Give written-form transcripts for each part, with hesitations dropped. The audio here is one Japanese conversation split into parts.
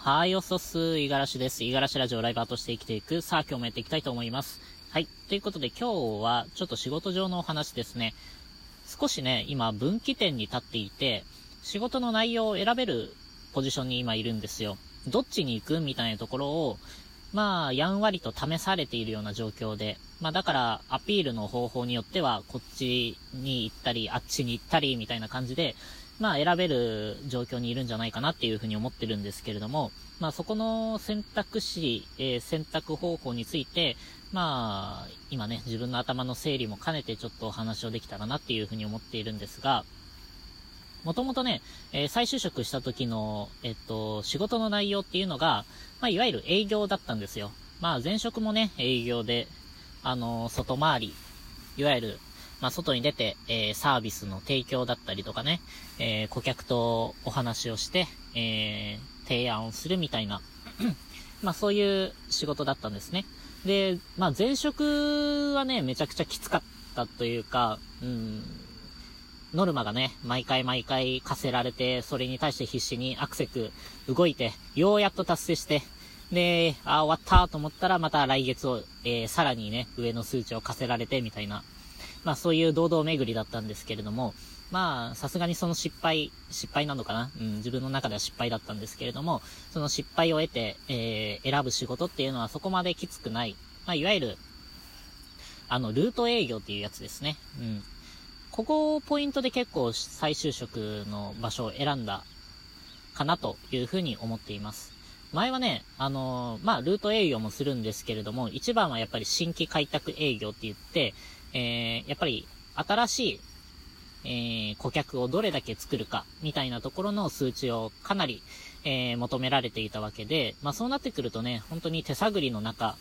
はい、おそす、いがらしです。いがらしラジオをライバーとして生きていく。さあ、今日もやっていきたいと思います。はい。ということで、今日はちょっと仕事上のお話ですね。少しね、今、分岐点に立っていて、仕事の内容を選べるポジションに今いるんですよ。どっちに行くみたいなところを、やんわりと試されているような状況で、だから、アピールの方法によっては、こっちに行ったり、あっちに行ったり、みたいな感じで、選べる状況にいるんじゃないかなっていうふうに思ってるんですけれども、そこの選択肢、選択方法について、今ね、自分の頭の整理も兼ねてちょっとお話をできたらなっていうふうに思っているんですが、もともとね、再就職した時の、仕事の内容っていうのが、いわゆる営業だったんですよ。前職もね、営業で、外回り、いわゆる、外に出て、サービスの提供だったりとかね、顧客とお話をして、提案をするみたいな、そういう仕事だったんですね。で、前職はね、めちゃくちゃきつかったというか、ノルマがね、毎回課せられて、それに対して必死にアクセク動いて、ようやっと達成して、で、終わったと思ったらまた来月を、さらにね、上の数値を課せられてみたいな、そういう堂々巡りだったんですけれども、さすがにその失敗なのかな、自分の中では失敗だったんですけれども、その失敗を得て、選ぶ仕事っていうのはそこまできつくない。いわゆる、ルート営業っていうやつですね。ここをポイントで結構再就職の場所を選んだかなというふうに思っています。前はね、ルート営業もするんですけれども、一番はやっぱり新規開拓営業って言って、やっぱり新しい、顧客をどれだけ作るかみたいなところの数値をかなり、求められていたわけで、そうなってくるとね、本当に手探りの中、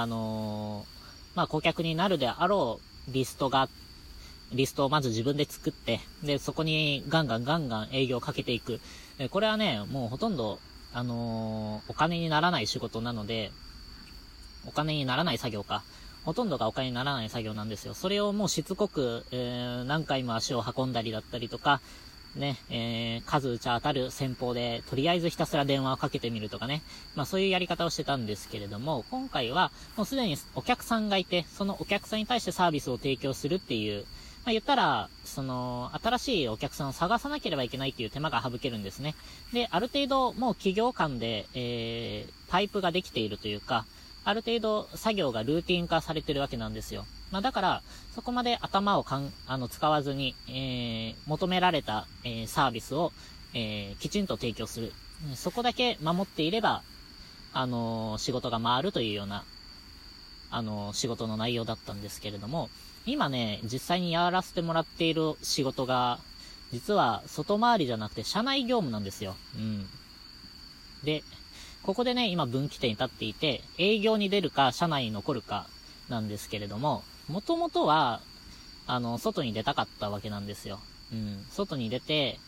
顧客になるであろうリストをまず自分で作って、で、そこにガンガン営業をかけていく。これはね、もうほとんど、お金にならない仕事なので、お金にならない作業か。ほとんどがお金にならない作業なんですよ。それをもうしつこく、何回も足を運んだりだったりとか、ね、数打ち当たる戦法で、とりあえずひたすら電話をかけてみるとかね。そういうやり方をしてたんですけれども、今回は、もうすでにお客さんがいて、そのお客さんに対してサービスを提供するっていう、言ったら、新しいお客さんを探さなければいけないっていう手間が省けるんですね。で、ある程度、もう企業間で、パイプができているというか、ある程度作業がルーティン化されてるわけなんですよ。だから、そこまで頭を使わずに、求められた、サービスを、きちんと提供する。そこだけ守っていれば、仕事が回るというような、仕事の内容だったんですけれども、今ね、実際にやらせてもらっている仕事が、実は外回りじゃなくて社内業務なんですよ。で、ここでね、今分岐点に立っていて、営業に出るか、社内に残るか、なんですけれども、もともとは、外に出たかったわけなんですよ。外に出て、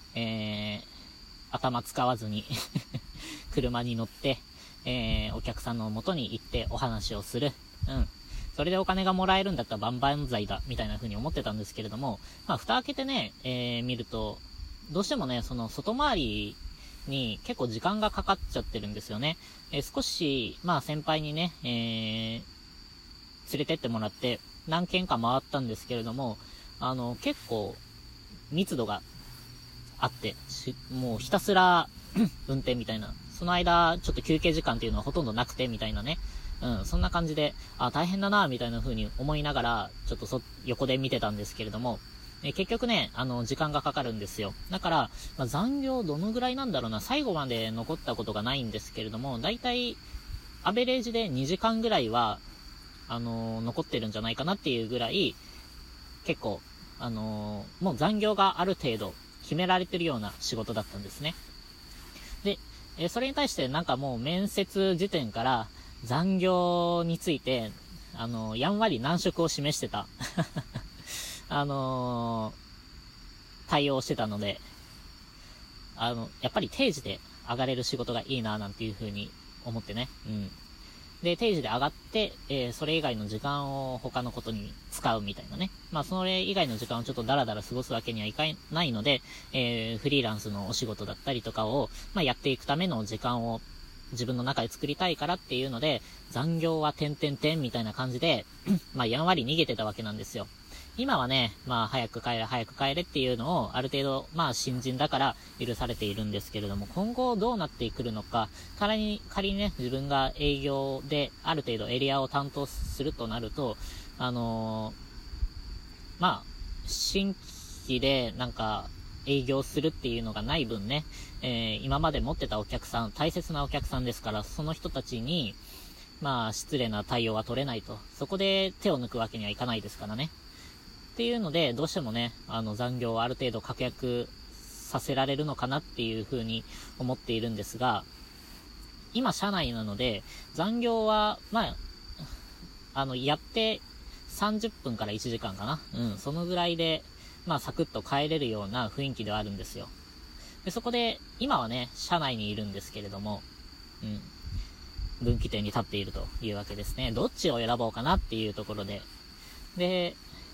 頭使わずに車に乗って、お客さんの元に行ってお話をする。それでお金がもらえるんだったら万々歳だ、みたいな風に思ってたんですけれども、蓋開けてね、見ると、どうしてもね、その外回りに結構時間がかかっちゃってるんですよね。少し、先輩にね、連れてってもらって、何軒か回ったんですけれども、結構、密度があって、もうひたすら運転みたいな。その間、ちょっと休憩時間っていうのはほとんどなくて、みたいなね。そんな感じで、大変だな、みたいな風に思いながら、ちょっと横で見てたんですけれども、結局ね、時間がかかるんですよ。だから、残業どのぐらいなんだろうな、最後まで残ったことがないんですけれども、だいたい、アベレージで2時間ぐらいは、残ってるんじゃないかなっていうぐらい、結構、もう残業がある程度、決められてるような仕事だったんですね。で、それに対してなんかもう面接時点から、残業について、やんわり難色を示してた。対応してたので、やっぱり定時で上がれる仕事がいいななんていう風に思ってね。 で、定時で上がって、それ以外の時間を他のことに使うみたいなね。まあ、それ以外の時間をちょっとダラダラ過ごすわけにはいかないので、フリーランスのお仕事だったりとかを、まあ、やっていくための時間を自分の中で作りたいからっていうので、残業は点々点みたいな感じで、まあ、やんわり逃げてたわけなんですよ。今はね、まあ、早く帰れっていうのを、ある程度、まあ、新人だから許されているんですけれども、今後どうなってくるのか、仮にね、自分が営業で、ある程度エリアを担当するとなると、まあ、新規で、なんか、営業するっていうのがない分ね、今まで持ってたお客さん、大切なお客さんですから、その人たちに、まあ、失礼な対応は取れないと。そこで手を抜くわけにはいかないですからね。っていうので、どうしてもね、残業をある程度確約させられるのかなっていう風に思っているんですが、今社内なので、残業は、まあ、やって30分から1時間かな。そのぐらいで、まあ、サクッと帰れるような雰囲気ではあるんですよ。で、そこで、今はね、社内にいるんですけれども、分岐点に立っているというわけですね。どっちを選ぼうかなっていうところで。で、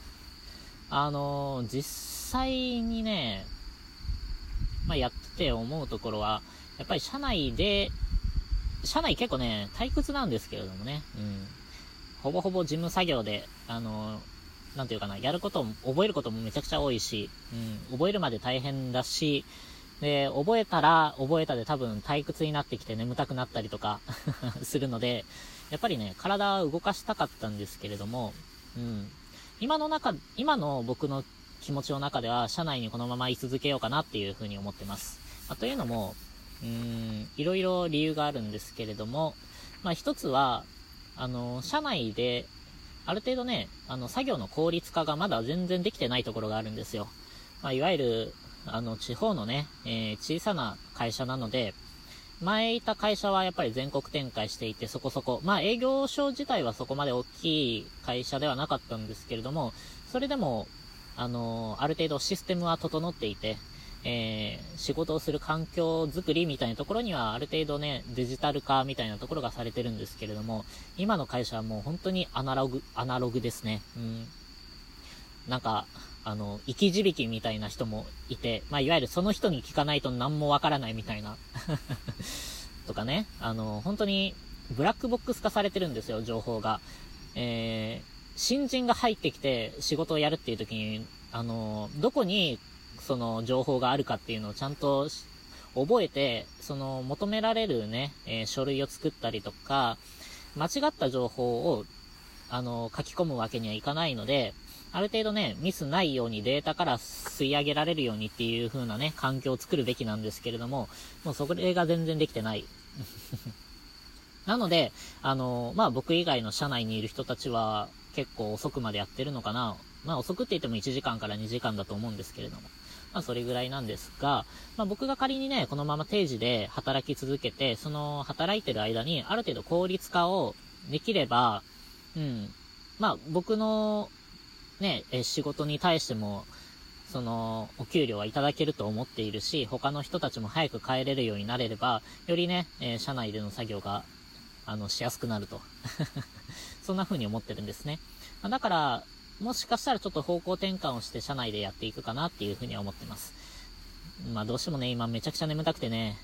実際にね、まあ、やってて思うところは、やっぱり社内結構ね、退屈なんですけれどもね、ほぼほぼ事務作業で、なんていうかな、覚えることもめちゃくちゃ多いし、覚えるまで大変だし、で、覚えたで多分退屈になってきて眠たくなったりとかするので、やっぱりね、体を動かしたかったんですけれども、今の僕の気持ちの中では、社内にこのまま居続けようかなっていうふうに思ってます。というのも、いろいろ理由があるんですけれども、まあ一つは、社内で、ある程度ね、作業の効率化がまだ全然できてないところがあるんですよ。まあいわゆる、地方のね、小さな会社なので、前いた会社はやっぱり全国展開していてそこそこ、まあ営業所自体はそこまで大きい会社ではなかったんですけれども、それでも、ある程度システムは整っていて、仕事をする環境づくりみたいなところにはある程度ね、デジタル化みたいなところがされてるんですけれども、今の会社はもう本当にアナログですね。なんか、生き字引みたいな人もいて、まあ、いわゆるその人に聞かないと何もわからないみたいな。とかね、本当に、ブラックボックス化されてるんですよ、情報が。新人が入ってきて仕事をやるっていう時に、どこに、その情報があるかっていうのをちゃんと覚えて、その求められるね、書類を作ったりとか、間違った情報を、書き込むわけにはいかないので、ある程度ね、ミスないようにデータから吸い上げられるようにっていう風なね、環境を作るべきなんですけれども、もうそれが全然できてない。なので、まあ僕以外の社内にいる人たちは結構遅くまでやってるのかな。まあ遅くって言っても1時間から2時間だと思うんですけれども。まあそれぐらいなんですが、まあ僕が仮にね、このまま定時で働き続けて、その働いてる間にある程度効率化をできれば、まあ僕のね、仕事に対しても、その、お給料はいただけると思っているし、他の人たちも早く帰れるようになれれば、よりね、社内での作業が、しやすくなると。そんな風に思ってるんですね。だから、もしかしたらちょっと方向転換をして社内でやっていくかなっていう風には思ってます。まあどうしてもね、今めちゃくちゃ眠たくてね、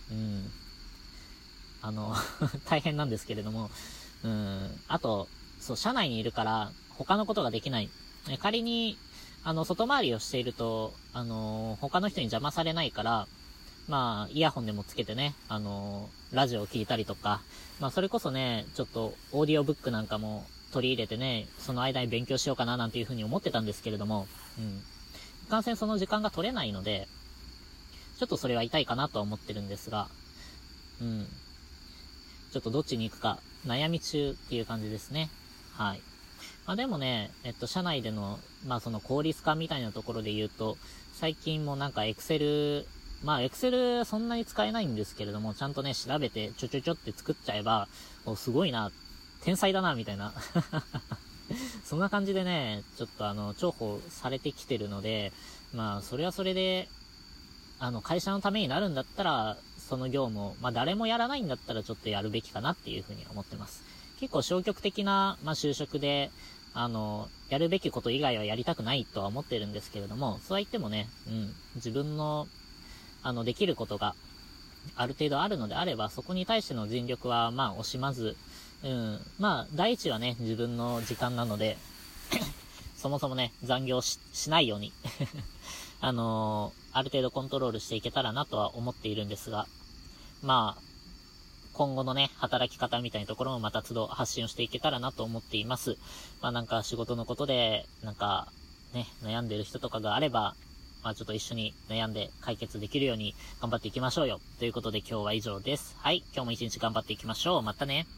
大変なんですけれども、あと、そう、社内にいるから、他のことができない。仮に、外回りをしていると、他の人に邪魔されないから、まあ、イヤホンでもつけてね、ラジオを聞いたりとか、まあ、それこそね、ちょっと、オーディオブックなんかも取り入れてね、その間に勉強しようかななんていうふうに思ってたんですけれども、いかんせんその時間が取れないので、ちょっとそれは痛いかなとは思ってるんですが、ちょっとどっちに行くか、悩み中っていう感じですね。はい。まあでもね、社内での、まあその効率化みたいなところで言うと、最近もなんかExcel、まあExcelそんなに使えないんですけれども、ちゃんとね、調べてちょって作っちゃえば、すごいな、天才だな、みたいな。そんな感じでね、ちょっと重宝されてきてるので、まあそれはそれで、会社のためになるんだったら、その業務を、まあ誰もやらないんだったらちょっとやるべきかなっていうふうに思ってます。 結構消極的な、就職で、やるべきこと以外はやりたくないとは思ってるんですけれども、そうは言ってもね、自分の、できることがある程度あるのであれば、そこに対しての尽力は、惜しまず、第一はね、自分の時間なので、そもそもね、残業しないように、ある程度コントロールしていけたらなとは思っているんですが、今後のね、働き方みたいなところもまた都度発信をしていけたらなと思っています。仕事のことで、悩んでる人とかがあれば、ちょっと一緒に悩んで解決できるように頑張っていきましょうよ。ということで今日は以上です。はい、今日も一日頑張っていきましょう。またね。